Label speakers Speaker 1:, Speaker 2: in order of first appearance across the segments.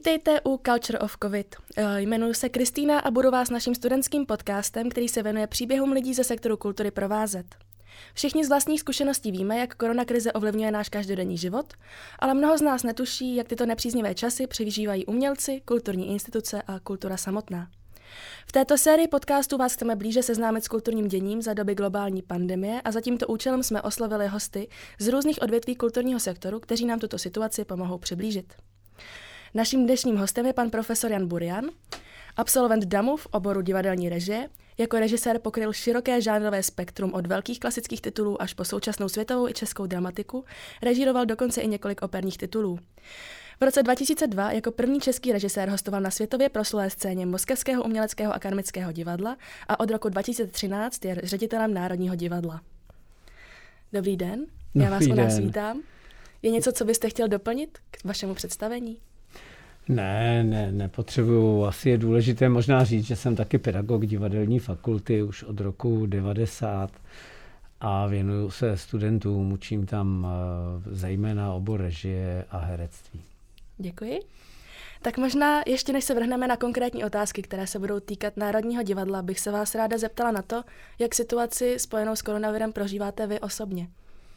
Speaker 1: Vítejte u Culture of COVID. Jmenuji se Kristýna a budu vás naším studentským podcastem, který se věnuje příběhům lidí ze sektoru kultury, provázet. Všichni z vlastních zkušeností víme, jak koronakrize ovlivňuje náš každodenní život, ale mnoho z nás netuší, jak tyto nepříznivé časy přežívají umělci, kulturní instituce a kultura samotná. V této sérii podcastů vás chceme blíže seznámit s kulturním děním za doby globální pandemie a za tímto účelem jsme oslovili hosty z různých odvětví kulturního sektoru, kteří nám tuto situaci pomohou přiblížit. Naším dnešním hostem je pan profesor Jan Burian, absolvent DAMu v oboru divadelní režie. Jako režisér pokryl široké žánrové spektrum od velkých klasických titulů až po současnou světovou i českou dramatiku, režíroval dokonce i několik operních titulů. V roce 2002 jako první český režisér hostoval na světově proslulé scéně Moskevského uměleckého akademického divadla a od roku 2013 je ředitelem Národního divadla. Dobrý den, já vás u nás vítám. Je něco, co byste chtěl doplnit k vašemu představení?
Speaker 2: Nepotřebuju. Asi je důležité možná říct, že jsem taky pedagog divadelní fakulty už od roku 90 a věnuju se studentům, učím tam zejména obor režie a herectví.
Speaker 1: Děkuji. Tak možná ještě než se vrhneme na konkrétní otázky, které se budou týkat Národního divadla, bych se vás ráda zeptala na to, jak situaci spojenou s koronavirem prožíváte vy osobně.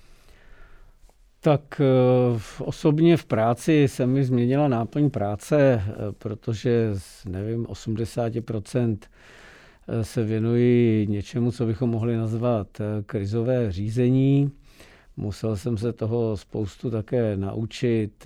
Speaker 2: Tak osobně v práci se mi změnila náplň práce, protože z 80% se věnuji něčemu, co bychom mohli nazvat krizové řízení. Musel jsem se toho spoustu také naučit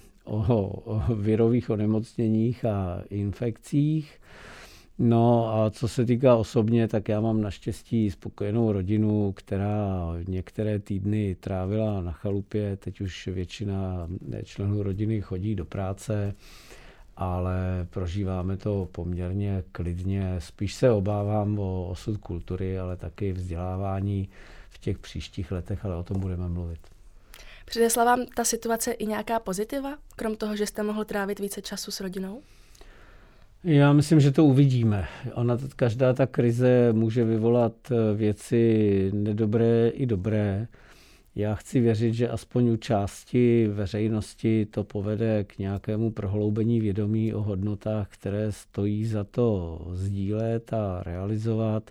Speaker 2: o virových onemocněních a infekcích. No a co se týká osobně, tak já mám naštěstí spokojenou rodinu, která některé týdny trávila na chalupě. Teď už většina členů rodiny chodí do práce, ale prožíváme to poměrně klidně. Spíš se obávám o osud kultury, ale taky vzdělávání v těch příštích letech, ale o tom budeme mluvit.
Speaker 1: Přinesla vám ta situace i nějaká pozitiva, krom toho, že jste mohl trávit více času s rodinou?
Speaker 2: Já myslím, že to uvidíme. Každá ta krize může vyvolat věci nedobré i dobré. Já chci věřit, že aspoň u části veřejnosti to povede k nějakému prohloubení vědomí o hodnotách, které stojí za to sdílet a realizovat.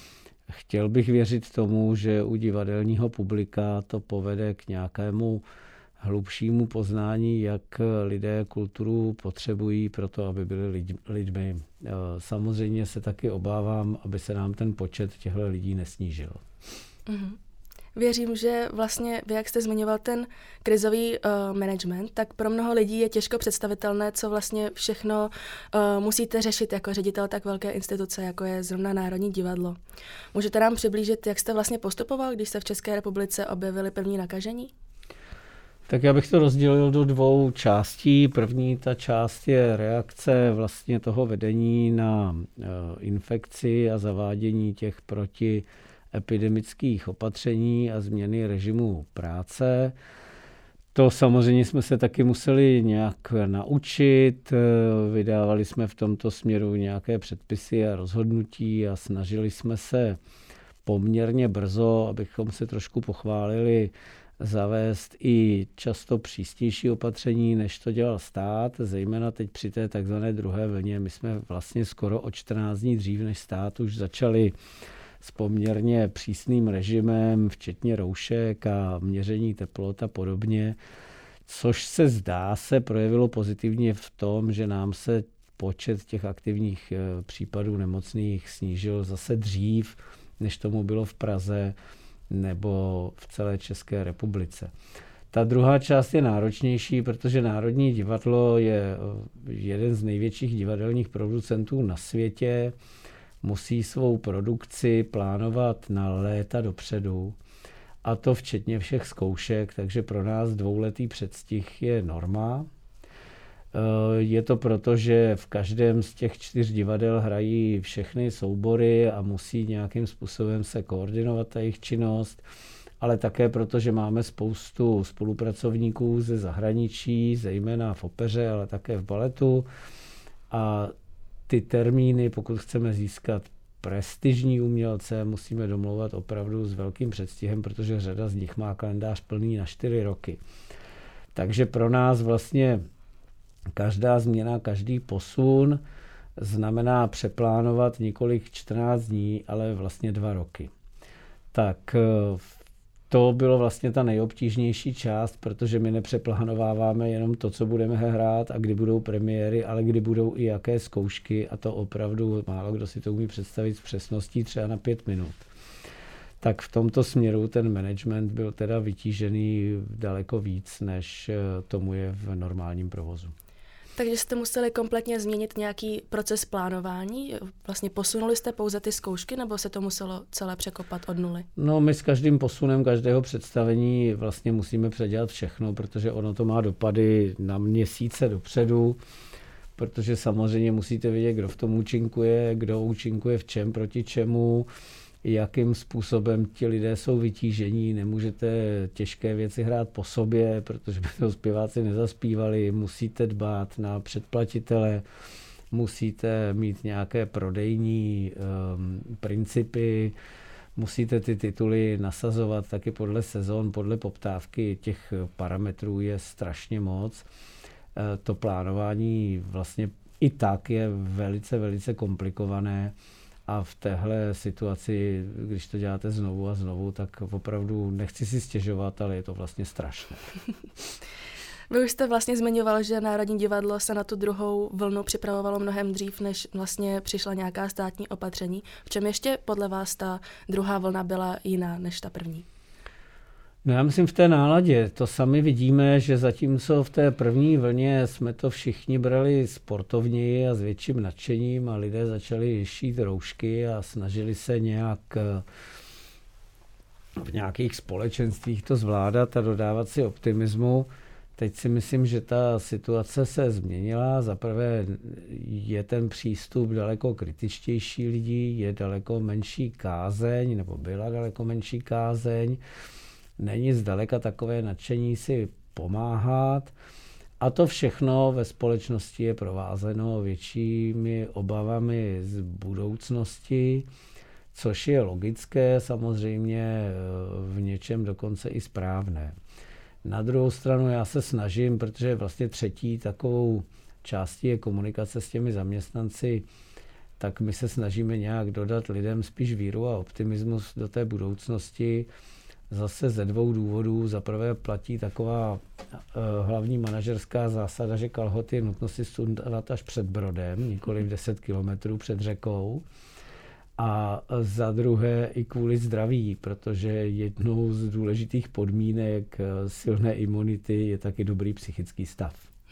Speaker 2: Chtěl bych věřit tomu, že u divadelního publika to povede k nějakému hlubšímu poznání, jak lidé kulturu potřebují pro to, aby byli lidmi. Samozřejmě se taky obávám, aby se nám ten počet těchto lidí nesnížil.
Speaker 1: Mm-hmm. Věřím, že vlastně vy, jak jste zmiňoval ten krizový management, tak pro mnoho lidí je těžko představitelné, co vlastně všechno musíte řešit jako ředitel tak velké instituce, jako je zrovna Národní divadlo. Můžete nám přiblížit, jak jste vlastně postupoval, když se v České republice objevili první nakažení?
Speaker 2: Tak já bych to rozdělil do dvou částí. První ta část je reakce vlastně toho vedení na infekci a zavádění těch protiepidemických opatření a změny režimu práce. To samozřejmě jsme se taky museli nějak naučit. Vydávali jsme v tomto směru nějaké předpisy a rozhodnutí a snažili jsme se poměrně brzo, abychom se trošku pochválili, zavést i často přísnější opatření, než to dělal stát, zejména teď při té takzvané druhé vlně. My jsme vlastně skoro o 14 dní dřív než stát už začali s poměrně přísným režimem, včetně roušek a měření teplot a podobně, což se zdá se projevilo pozitivně v tom, že nám se počet těch aktivních případů nemocných snížil zase dřív, než tomu bylo v Praze nebo v celé České republice. Ta druhá část je náročnější, protože Národní divadlo je jeden z největších divadelních producentů na světě. Musí svou produkci plánovat na léta dopředu, a to včetně všech zkoušek, takže pro nás dvouletý předstih je norma. Je to proto, že v každém z těch 4 divadel hrají všechny soubory a musí nějakým způsobem se koordinovat ta jejich činnost, ale také proto, že máme spoustu spolupracovníků ze zahraničí, zejména v opeře, ale také v baletu. A ty termíny, pokud chceme získat prestižní umělce, musíme domlouvat opravdu s velkým předstihem, protože řada z nich má kalendář plný na 4 roky. Takže pro nás vlastně každá změna, každý posun znamená přeplánovat nikoliv 14 dní, ale vlastně 2 roky. Tak to bylo vlastně ta nejobtížnější část, protože my nepřeplánováváme jenom to, co budeme hrát a kdy budou premiéry, ale kdy budou i jaké zkoušky a to opravdu málo kdo si to umí představit s přesností třeba na 5 minut. Tak v tomto směru ten management byl teda vytížený daleko víc, než tomu je v normálním provozu.
Speaker 1: Takže jste museli kompletně změnit nějaký proces plánování? Vlastně posunuli jste pouze ty zkoušky, nebo se to muselo celé překopat od nuly?
Speaker 2: No, my s každým posunem každého představení vlastně musíme předělat všechno, protože ono to má dopady na měsíce dopředu, protože samozřejmě musíte vědět, kdo v tom účinkuje, kdo účinkuje v čem, proti čemu, jakým způsobem ti lidé jsou vytížení, nemůžete těžké věci hrát po sobě, protože by to zpěváci nezaspívali, musíte dbát na předplatitele, musíte mít nějaké prodejní principy, musíte ty tituly nasazovat taky podle sezon, podle poptávky, těch parametrů je strašně moc. To plánování vlastně i tak je velice, velice komplikované. A v téhle situaci, když to děláte znovu a znovu, tak opravdu nechci si stěžovat, ale je to vlastně strašné.
Speaker 1: Vy už jste vlastně zmiňoval, že Národní divadlo se na tu druhou vlnu připravovalo mnohem dřív, než vlastně přišla nějaká státní opatření. V čem ještě podle vás ta druhá vlna byla jiná než ta první?
Speaker 2: No já myslím v té náladě. To sami vidíme, že zatímco v té první vlně jsme to všichni brali sportovněji a s větším nadšením a lidé začali šít roušky a snažili se nějak v nějakých společenstvích to zvládat a dodávat si optimismu. Teď si myslím, že ta situace se změnila. Zaprvé je ten přístup daleko kritičtější lidí, je daleko menší kázeň, nebo byla daleko menší kázeň. Není zdaleka takové nadšení si pomáhat. A to všechno ve společnosti je provázeno většími obavami z budoucnosti, což je logické, samozřejmě v něčem dokonce i správné. Na druhou stranu já se snažím, protože vlastně třetí takovou částí je komunikace s těmi zaměstnanci, tak my se snažíme nějak dodat lidem spíš víru a optimismus do té budoucnosti. Zase ze 2 důvodů. Za prvé platí taková hlavní manažerská zásada, že kalhoty je nutno si sundat až před brodem, nikoliv 10 kilometrů před řekou. A za druhé i kvůli zdraví, protože jednou z důležitých podmínek silné imunity je taky dobrý psychický stav.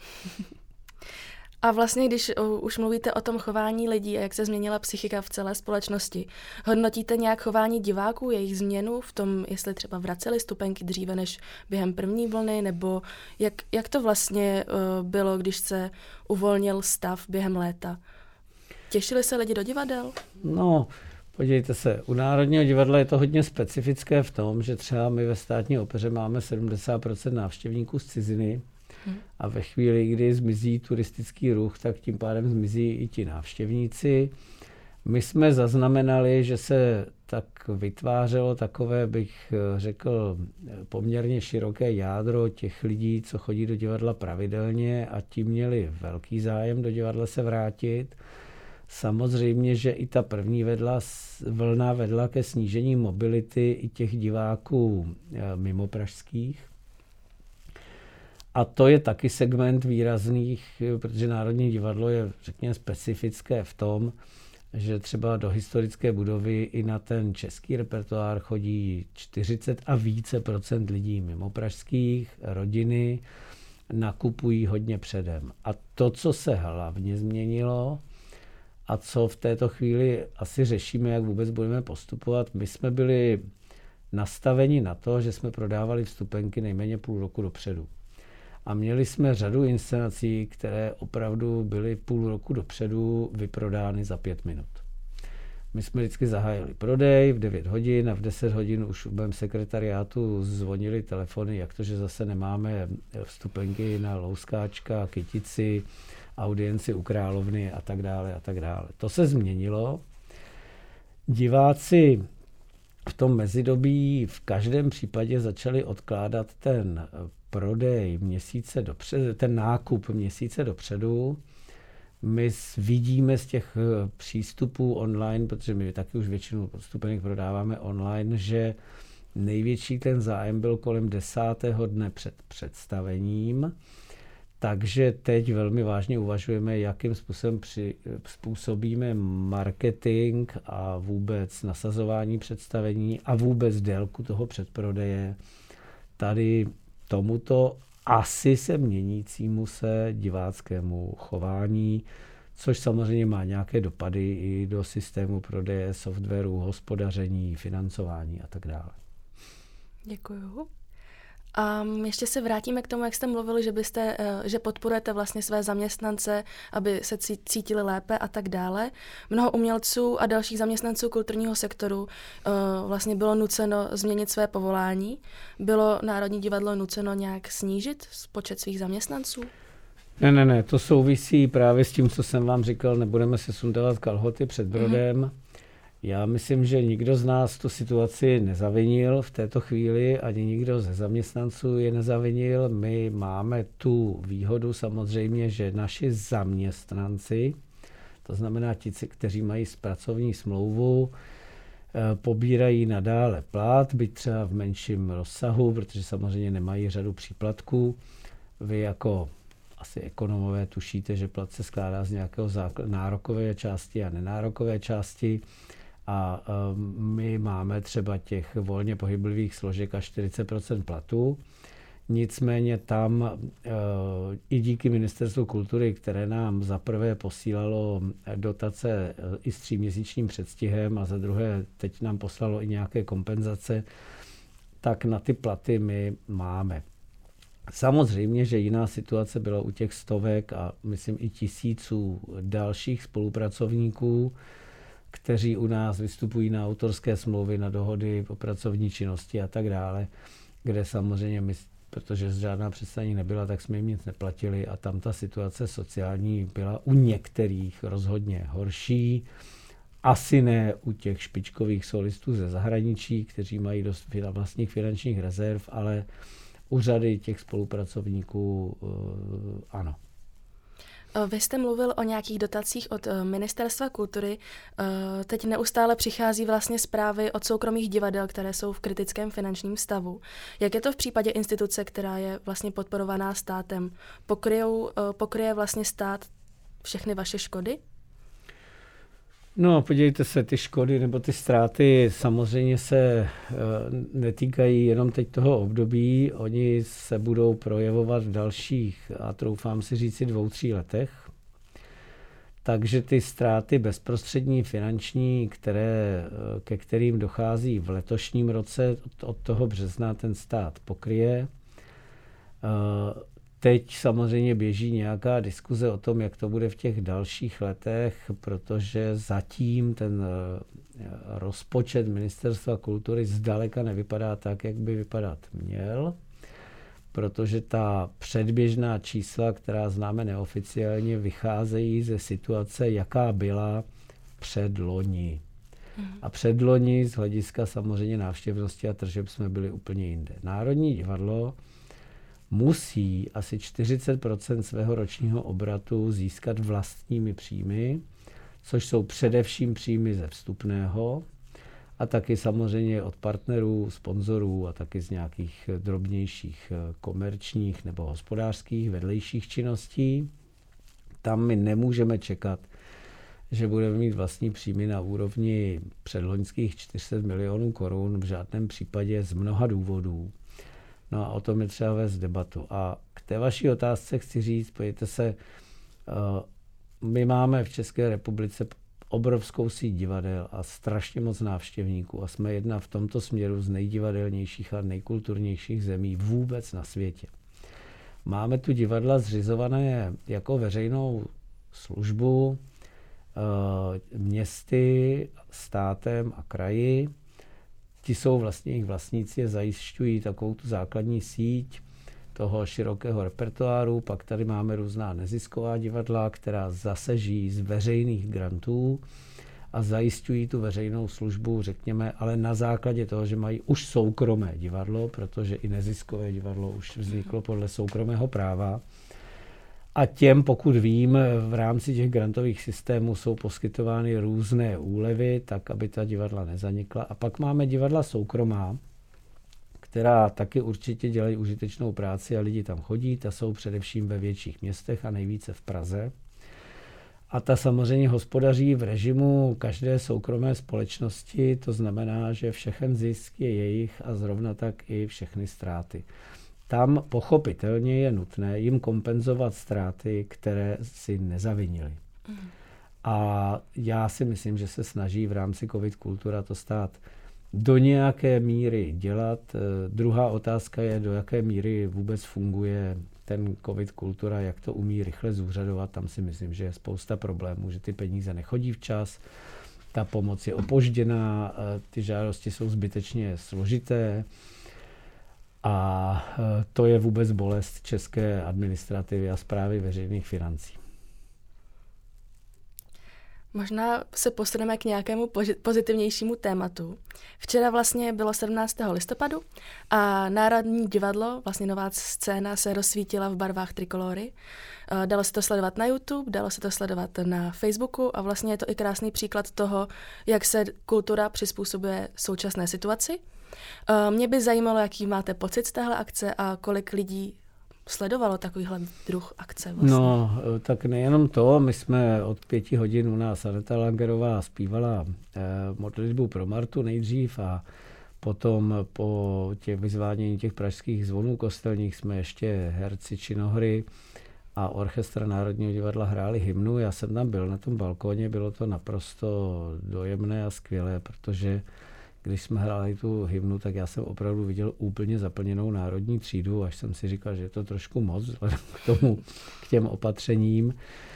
Speaker 1: A vlastně, když už mluvíte o tom chování lidí a jak se změnila psychika v celé společnosti, hodnotíte nějak chování diváků, jejich změnu v tom, jestli třeba vraceli stupenky dříve než během první vlny, nebo jak to vlastně bylo, když se uvolnil stav během léta? Těšili se lidi do divadel?
Speaker 2: No, podívejte se, u Národního divadla je to hodně specifické v tom, že třeba my ve Státní opeře máme 70% návštěvníků z ciziny, a ve chvíli, kdy zmizí turistický ruch, tak tím pádem zmizí i ti návštěvníci. My jsme zaznamenali, že se tak vytvářelo takové, bych řekl, poměrně široké jádro těch lidí, co chodí do divadla pravidelně a ti měli velký zájem do divadla se vrátit. Samozřejmě, že i ta první vlna vedla ke snížení mobility i těch diváků mimo pražských. A to je taky segment výrazných, protože Národní divadlo je, řekněme, specifické v tom, že třeba do historické budovy i na ten český repertoár chodí 40 a více procent lidí mimo pražských, rodiny, nakupují hodně předem. A to, co se hlavně změnilo a co v této chvíli asi řešíme, jak vůbec budeme postupovat, my jsme byli nastaveni na to, že jsme prodávali vstupenky nejméně půl roku dopředu. A měli jsme řadu inscenací, které opravdu byly půl roku dopředu vyprodány za 5 minut. My jsme vždycky zahájili prodej v 9 hodin a v 10 hodin už v mém sekretariátu zvonili telefony, jak to, že zase nemáme vstupenky na Louskáčka, Kytici, audienci u Královny a tak dále a tak dále. To se změnilo. Diváci v tom mezidobí v každém případě začali odkládat ten prodej měsíce dopředu, ten nákup měsíce dopředu. My vidíme z těch přístupů online, protože my taky už většinu vstupenek prodáváme online, že největší ten zájem byl kolem 10. dne před představením. Takže teď velmi vážně uvažujeme, jakým způsobem způsobíme marketing a vůbec nasazování představení a vůbec délku toho předprodeje tady tomuto asi se měnícímu se diváckému chování, což samozřejmě má nějaké dopady i do systému prodeje, softwaru, hospodaření, financování a tak dále.
Speaker 1: Děkuju. A ještě se vrátíme k tomu, jak jste mluvili, že podporujete vlastně své zaměstnance, aby se cítili lépe a tak dále. Mnoho umělců a dalších zaměstnanců kulturního sektoru vlastně bylo nuceno změnit své povolání. Bylo Národní divadlo nuceno nějak snížit počet svých zaměstnanců?
Speaker 2: Ne, to souvisí právě s tím, co jsem vám říkal, nebudeme se sundávat kalhoty před brodem. Já myslím, že nikdo z nás tu situaci nezavinil v této chvíli, ani nikdo ze zaměstnanců je nezavinil. My máme tu výhodu samozřejmě, že naši zaměstnanci, to znamená ti, kteří mají pracovní smlouvu, pobírají nadále plat, byť třeba v menším rozsahu, protože samozřejmě nemají řadu příplatků. Vy jako asi ekonomové tušíte, že plat se skládá z nějakého nárokové části a nenárokové části. A my máme třeba těch volně pohyblivých složek až 40% platu. Nicméně tam i díky Ministerstvu kultury, které nám za prvé posílalo dotace i s 3měsíčním předstihem a za druhé teď nám poslalo i nějaké kompenzace, tak na ty platy my máme. Samozřejmě, že jiná situace byla u těch stovek a myslím i tisíců dalších spolupracovníků, kteří u nás vystupují na autorské smlouvy, na dohody o pracovní činnosti a tak dále, kde samozřejmě my, protože žádná představení nebyla, tak jsme jim nic neplatili a tam ta situace sociální byla u některých rozhodně horší. Asi ne u těch špičkových solistů ze zahraničí, kteří mají dost vlastních finančních rezerv, ale u řady těch spolupracovníků ano.
Speaker 1: Vy jste mluvil o nějakých dotacích od Ministerstva kultury. Teď neustále přichází vlastně zprávy od soukromých divadel, které jsou v kritickém finančním stavu. Jak je to v případě instituce, která je vlastně podporovaná státem? Pokryje vlastně stát všechny vaše škody?
Speaker 2: No, podívejte se, ty škody nebo ty ztráty samozřejmě se netýkají jenom teď toho období, oni se budou projevovat v dalších, a troufám si říci 2-3 letech. Takže ty ztráty bezprostřední finanční, ke kterým dochází v letošním roce, od toho března ten stát pokryje. Teď samozřejmě běží nějaká diskuze o tom, jak to bude v těch dalších letech, protože zatím ten rozpočet Ministerstva kultury zdaleka nevypadá tak, jak by vypadat měl, protože ta předběžná čísla, která známe neoficiálně, vycházejí ze situace, jaká byla předloni. A předloni z hlediska samozřejmě návštěvnosti a tržeb jsme byli úplně jinde. Národní divadlo musí asi 40% svého ročního obratu získat vlastními příjmy, což jsou především příjmy ze vstupného a taky samozřejmě od partnerů, sponzorů a taky z nějakých drobnějších komerčních nebo hospodářských vedlejších činností. Tam my nemůžeme čekat, že budeme mít vlastní příjmy na úrovni předloňských 400 milionů korun, v žádném případě z mnoha důvodů. No a o tom je třeba vést debatu. A k té vaší otázce chci říct, pojďte se, my máme v České republice obrovskou síť divadel a strašně moc návštěvníků a jsme jedna v tomto směru z nejdivadelnějších a nejkulturnějších zemí vůbec na světě. Máme tu divadla zřizované jako veřejnou službu městy, státem a kraji. Ti jsou vlastně jejich vlastníci a zajišťují takovou tu základní síť toho širokého repertoáru. Pak tady máme různá nezisková divadla, která zase žijí z veřejných grantů a zajišťují tu veřejnou službu, řekněme, ale na základě toho, že mají už soukromé divadlo, protože i neziskové divadlo už vzniklo podle soukromého práva. A těm, pokud vím, v rámci těch grantových systémů jsou poskytovány různé úlevy, tak aby ta divadla nezanikla. A pak máme divadla soukromá, která taky určitě dělají užitečnou práci a lidi tam chodí. Ta jsou především ve větších městech a nejvíce v Praze. A ta samozřejmě hospodaří v režimu každé soukromé společnosti, to znamená, že všechen zisk je jejich a zrovna tak i všechny ztráty. Tam pochopitelně je nutné jim kompenzovat ztráty, které si nezavinili. A já si myslím, že se snaží v rámci COVID kultura to stát do nějaké míry dělat. Druhá otázka je, do jaké míry vůbec funguje ten COVID kultura, jak to umí rychle zúřadovat. Tam si myslím, že je spousta problémů, že ty peníze nechodí včas, ta pomoc je opožděná, ty žádosti jsou zbytečně složité. A to je vůbec bolest české administrativy a správy veřejných financí.
Speaker 1: Možná se posuneme k nějakému pozitivnějšímu tématu. Včera vlastně bylo 17. listopadu a Národní divadlo, vlastně nová scéna, se rozsvítila v barvách trikolory. Dalo se to sledovat na YouTube, dalo se to sledovat na Facebooku a vlastně je to i krásný příklad toho, jak se kultura přizpůsobuje současné situaci. Mě by zajímalo, jaký máte pocit z téhle akce a kolik lidí sledovalo takovýhle druh akce vlastně.
Speaker 2: No, tak nejenom to, my jsme od 5 hodin u nás Aneta Langerová zpívala modlitbu pro Martu nejdřív a potom po těch vyzvánění těch pražských zvonů kostelních jsme ještě herci činohry a orchestr Národního divadla hráli hymnu. Já jsem tam byl na tom balkóně, bylo to naprosto dojemné a skvělé, protože když jsme hráli tu hymnu, tak já jsem opravdu viděl úplně zaplněnou národní třídu, až jsem si říkal, že je to trošku moc vzhledem k těm opatřením.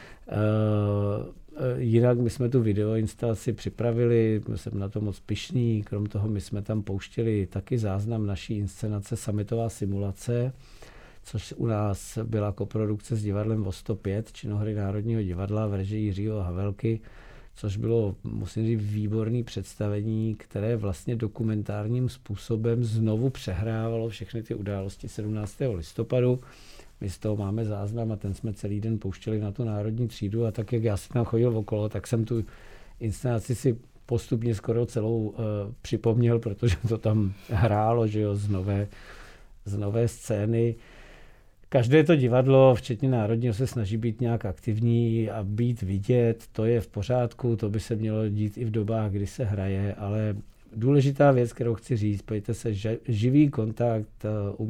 Speaker 2: Jinak my jsme tu videoinstalaci připravili, jsem na to moc pyšný, krom toho my jsme tam pouštěli taky záznam naší inscenace Summitová simulace, což u nás byla koprodukce s divadlem O 105, činohry Národního divadla v režii Jiřího Havelky, což bylo, musím říct, výborné představení, které vlastně dokumentárním způsobem znovu přehrávalo všechny ty události 17. listopadu. My z toho máme záznam a ten jsme celý den pouštěli na tu národní třídu a tak, jak já jsem tam chodil okolo, tak jsem tu inscenaci si postupně skoro celou připomněl, protože to tam hrálo, že jo, z nové scény. Každé to divadlo, včetně Národního, se snaží být nějak aktivní a být vidět, to je v pořádku, to by se mělo dít i v dobách, kdy se hraje, ale důležitá věc, kterou chci říct, pojďte se, živý kontakt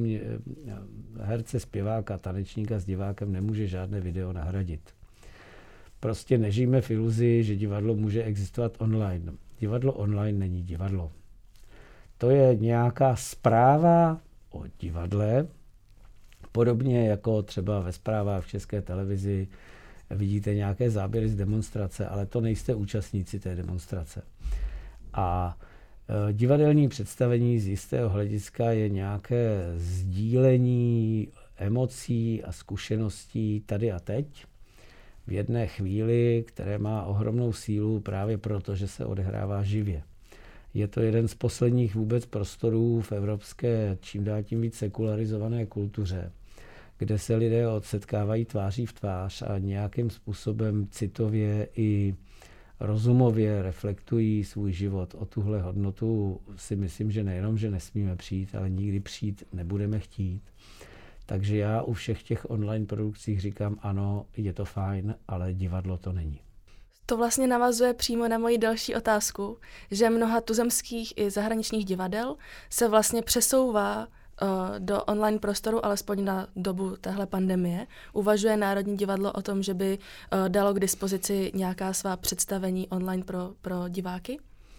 Speaker 2: herce, zpěváka, tanečníka s divákem nemůže žádné video nahradit. Prostě nežijeme v iluzi, že divadlo může existovat online. Divadlo online není divadlo. To je nějaká zpráva o divadle, podobně jako třeba ve zprávách v České televizi vidíte nějaké záběry z demonstrace, ale to nejste účastníci té demonstrace. A divadelní představení z jistého hlediska je nějaké sdílení emocí a zkušeností tady a teď v jedné chvíli, které má ohromnou sílu právě proto, že se odehrává živě. Je to jeden z posledních vůbec prostorů v evropské čím dál tím víc sekularizované kultuře, kde se lidé odsetkávají tváří v tvář a nějakým způsobem citově i rozumově reflektují svůj život. O tuhle hodnotu si myslím, že nejenom, že nesmíme přijít, ale nikdy přijít nebudeme chtít. Takže já u všech těch online produkcích říkám, ano, je to fajn, ale divadlo to není.
Speaker 1: To vlastně navazuje přímo na moji další otázku, že mnoha tuzemských i zahraničních divadel se vlastně přesouvá do online prostoru, alespoň na dobu téhle pandemie. Uvažuje Národní divadlo o tom, že by dalo k dispozici nějaká svá představení online pro diváky?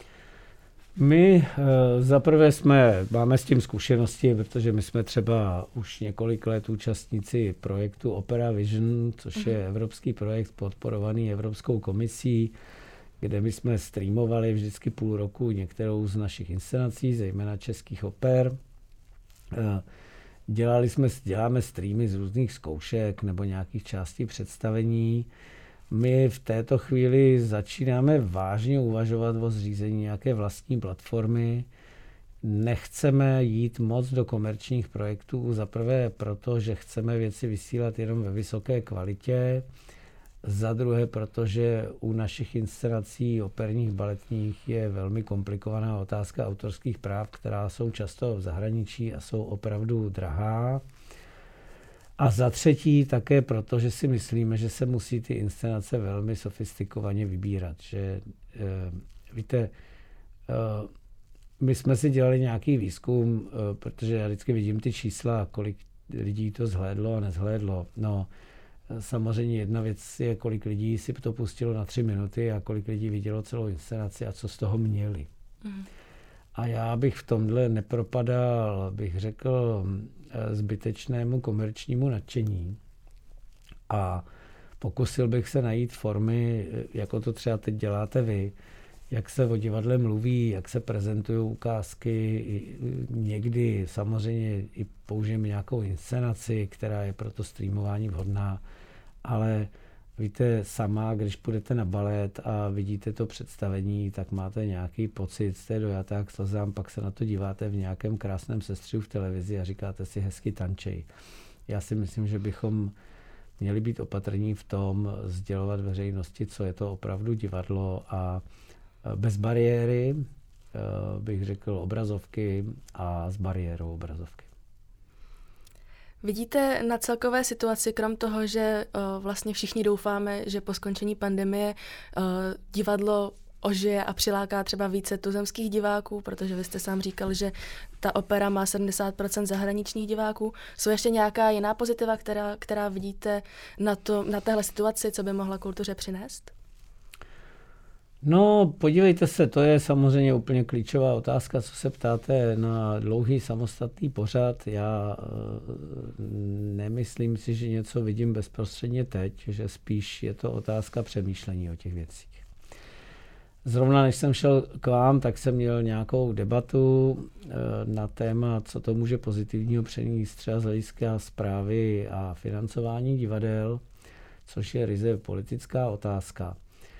Speaker 2: My zaprvé máme s tím zkušenosti, protože my jsme třeba už několik let účastníci projektu Opera Vision, což je evropský projekt podporovaný Evropskou komisí, kde my jsme streamovali vždycky půl roku některou z našich inscenací, zejména českých oper. Děláme streamy z různých zkoušek nebo nějakých částí představení My v této chvíli začínáme vážně uvažovat o zřízení nějaké vlastní platformy. Nechceme jít moc do komerčních projektů, zaprvé proto, že chceme věci vysílat jenom ve vysoké kvalitě, za druhé, protože u našich inscenací operních, baletních je velmi komplikovaná otázka autorských práv, která jsou často v zahraničí a jsou opravdu drahá. A za třetí také proto, že si myslíme, že se musí ty inscenace velmi sofistikovaně vybírat. Že, víte, my jsme si dělali nějaký výzkum, protože já vždycky vidím ty čísla, kolik lidí to zhlédlo a nezhlédlo. No, samozřejmě jedna věc je, kolik lidí si to pustilo na 3 minuty a kolik lidí vidělo celou inscenaci a co z toho měli. A já bych v tomhle nepropadal, bych řekl, zbytečnému komerčnímu nadšení. A pokusil bych se najít formy, jako to třeba teď děláte vy, jak se o divadle mluví, jak se prezentují ukázky. Někdy samozřejmě i použijeme nějakou inscenaci, která je pro to streamování vhodná, ale víte, sama, když půjdete na balet a vidíte to představení, tak máte nějaký pocit, jste dojatá jak slzám, pak se na to díváte v nějakém krásném sestřihu v televizi a říkáte si hezky tančej. Já si myslím, že bychom měli být opatrní v tom sdělovat veřejnosti, co je to opravdu divadlo a bez bariéry, bych řekl, obrazovky a s bariérou obrazovky.
Speaker 1: Vidíte na celkové situaci, krom toho, že vlastně všichni doufáme, že po skončení pandemie divadlo ožije a přiláká třeba více tuzemských diváků, protože vy jste sám říkal, že ta opera má 70% zahraničních diváků. Jsou ještě nějaká jiná pozitiva, která vidíte na téhle situaci, co by mohla kultuře přinést?
Speaker 2: No, podívejte se, to je samozřejmě úplně klíčová otázka, co se ptáte na dlouhý samostatný pořad. Já nemyslím si, že něco vidím bezprostředně teď, že spíš je to otázka přemýšlení o těch věcích. Zrovna než jsem šel k vám, tak jsem měl nějakou debatu na téma, co to může pozitivního přinést třeba z hlediska správy a financování divadel, což je ryze politická otázka.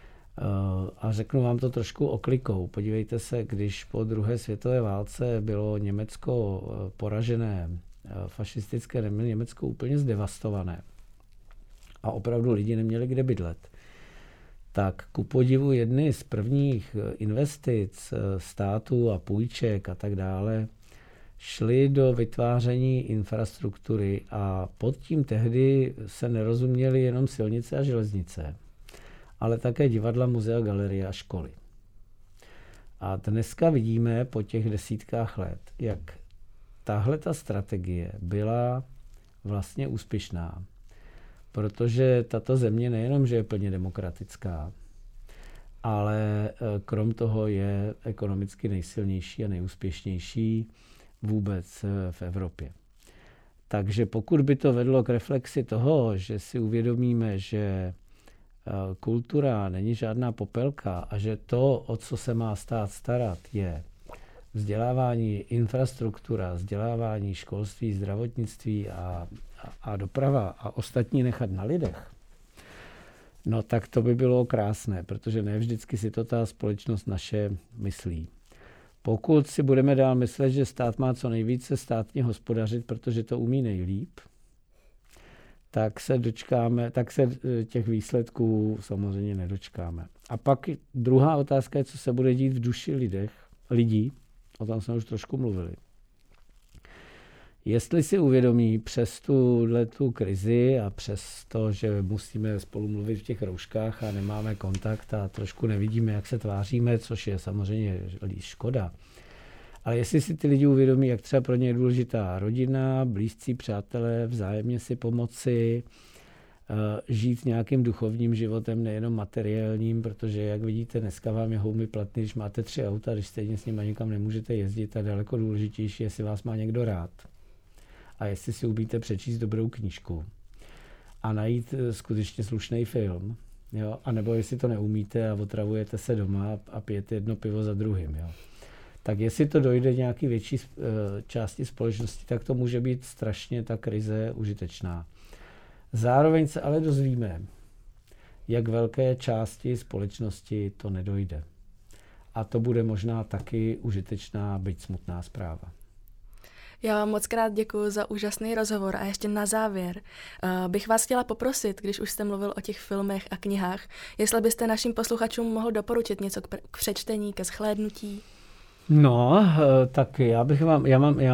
Speaker 2: A řeknu vám to trošku oklikou. Podívejte se, když po druhé světové válce bylo Německo poražené, fašistické Německo úplně zdevastované a opravdu lidi neměli kde bydlet, tak ku podivu jedny z prvních investic státu a půjček a tak dále šli do vytváření infrastruktury a pod tím tehdy se nerozuměly jenom silnice a železnice, ale také divadla, muzea, galerie a školy. A dneska vidíme po těch desítkách let, jak tahleta strategie byla vlastně úspěšná, protože tato země nejenom, že je plně demokratická, ale krom toho je ekonomicky nejsilnější a nejúspěšnější vůbec v Evropě. Takže pokud by to vedlo k reflexi toho, že si uvědomíme, že kultura není žádná popelka a že to, o co se má stát starat, je vzdělávání, infrastruktura, vzdělávání, školství, zdravotnictví a doprava a ostatní nechat na lidech, no tak to by bylo krásné, protože ne vždycky si to ta společnost naše myslí. Pokud si budeme dál myslet, že stát má co nejvíce státně hospodařit, protože to umí nejlíp, tak se těch výsledků samozřejmě nedočkáme. A pak druhá otázka je, co se bude dít v duši lidí, o tom jsme už trošku mluvili. Jestli si uvědomí přes tu krizi a přes to, že musíme spolu mluvit v těch rouškách a nemáme kontakt a trošku nevidíme, jak se tváříme, což je samozřejmě škoda. Ale jestli si ty lidi uvědomí, jak třeba pro ně je důležitá rodina, blízcí přátelé, vzájemně si pomoci, žít nějakým duchovním životem, nejenom materiálním, protože jak vidíte, dneska vám je houmy platný, když máte 3 auta, když stejně s nimi nikam nemůžete jezdit, a daleko důležitější, jestli vás má někdo rád. A jestli si umíte přečíst dobrou knížku a najít skutečně slušný film, jo? A nebo jestli to neumíte a otravujete se doma a pijete jedno pivo za druhým. Jo? Tak jestli to dojde nějaký větší části společnosti, tak to může být strašně ta krize užitečná. Zároveň se ale dozvíme, jak velké části společnosti to nedojde. A to bude možná taky užitečná, byť smutná zpráva.
Speaker 1: Já vám moc krát děkuji za úžasný rozhovor a ještě na závěr bych vás chtěla poprosit, když už jste mluvil o těch filmech a knihách, jestli byste našim posluchačům mohl doporučit něco k přečtení, ke shlédnutí.
Speaker 2: No, tak já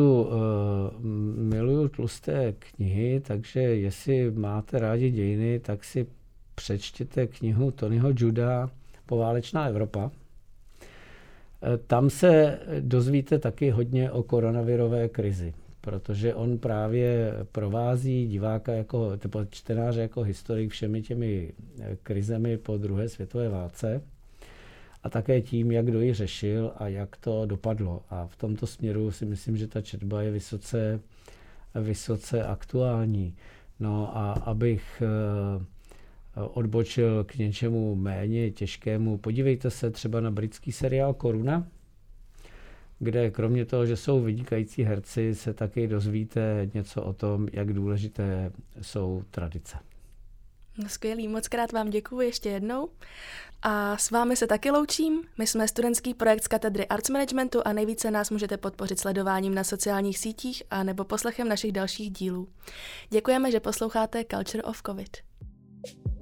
Speaker 2: miluju tlusté knihy, takže jestli máte rádi dějiny, tak si přečtěte knihu Tonyho Judda Poválečná Evropa. Tam se dozvíte taky hodně o koronavirové krizi, protože on právě provází diváka jako čtenáře jako historik všemi těmi krizemi po druhé světové válce a také tím, jak kdo ji řešil a jak to dopadlo. A v tomto směru si myslím, že ta četba je vysoce aktuální. No a abych odbočil k něčemu méně těžkému. Podívejte se třeba na britský seriál Koruna, kde kromě toho, že jsou vynikající herci, se taky dozvíte něco o tom, jak důležité jsou tradice.
Speaker 1: No skvělý, moc krát vám děkuji ještě jednou. A s vámi se taky loučím. My jsme studentský projekt z katedry Arts Managementu a nejvíce nás můžete podpořit sledováním na sociálních sítích a nebo poslechem našich dalších dílů. Děkujeme, že posloucháte Culture of COVID.